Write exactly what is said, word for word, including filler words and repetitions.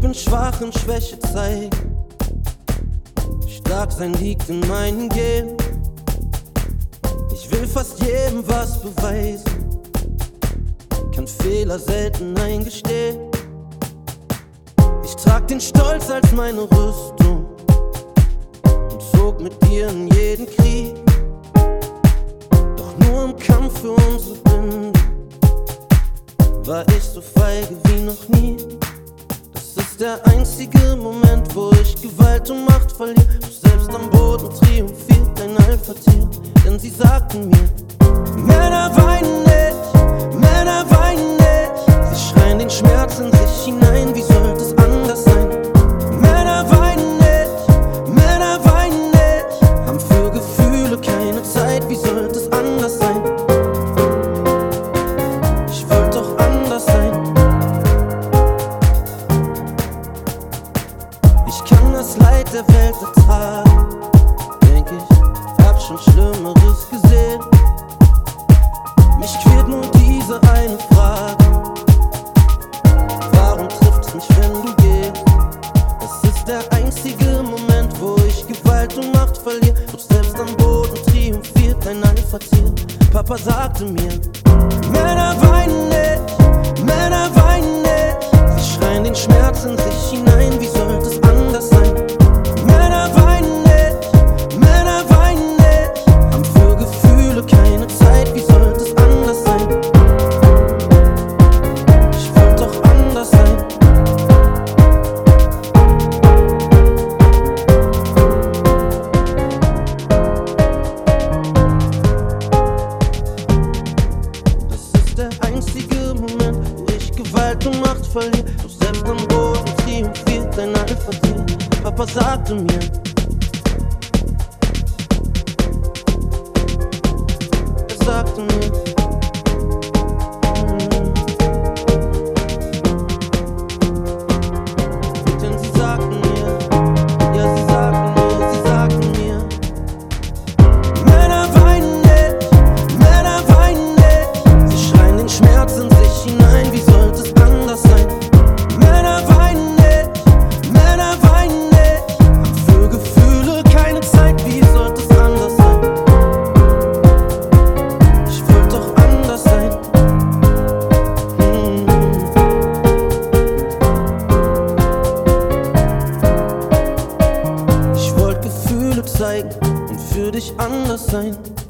bin schwach und Schwäche zeigen. Stark sein liegt in meinen Genen. Ich will fast jedem was beweisen, kann Fehler selten eingestehen. Ich trag den Stolz als meine Rüstung und zog mit dir in jeden Krieg. Doch nur im Kampf für unsere Bindung war ich so feige wie noch nie. Das ist der einzige Moment, wo ich Gewalt und Macht verliere. Du selbst am Boden triumphiert, ein Alpha-Tier. Denn sie sagten mir, Männer weinen nicht, Männer weinen nicht. Sie schreien den Schmerz in sich hinein, wie sollte es anders sein? Männer weinen nicht, Männer weinen nicht. Haben für Gefühle keine Zeit, wie sollte es anders sein? Ich wollte doch anders sein. Ich kann das Leid der Welt ertragen, denk ich, hab schon Schlimmeres gesehen. Mich quält nur diese eine Frage: Warum trifft's mich, wenn du gehst? Das ist der einzige Moment, wo ich Gewalt und Macht verliere. Doch selbst am Boden triumphiert ein Alpha-Tier. Papa sagte mir, Männer weinen nicht, Männer weinen nicht. Sie schreien den Schmerz in sich hinein, wie sollte es anders sein? Männer weinen nicht, Männer weinen nicht. Haben für Gefühle keine Zeit, wie sollte es anders sein? Ich wollte doch anders sein. Das ist der einzige Moment, wo ich Gewalt und Macht verliere. Doch selbst am Boden triumphiert ein Alpha-Tier. Papa sagte mir, er sagte mir, mm. Denn sie sagten mir, ja sie sagten mir, sie sagten mir, Männer weinen nicht, Männer weinen nicht. Sie schreien den Schmerz in sich hinein, wie sollte es anders sein? Männer weinen nicht, Männer weinen nicht. Haben für Gefühle keine Zeit, wie sollte es anders sein? Ich wollte doch anders sein. Hm. Ich wollte Gefühle zeigen und für dich anders sein.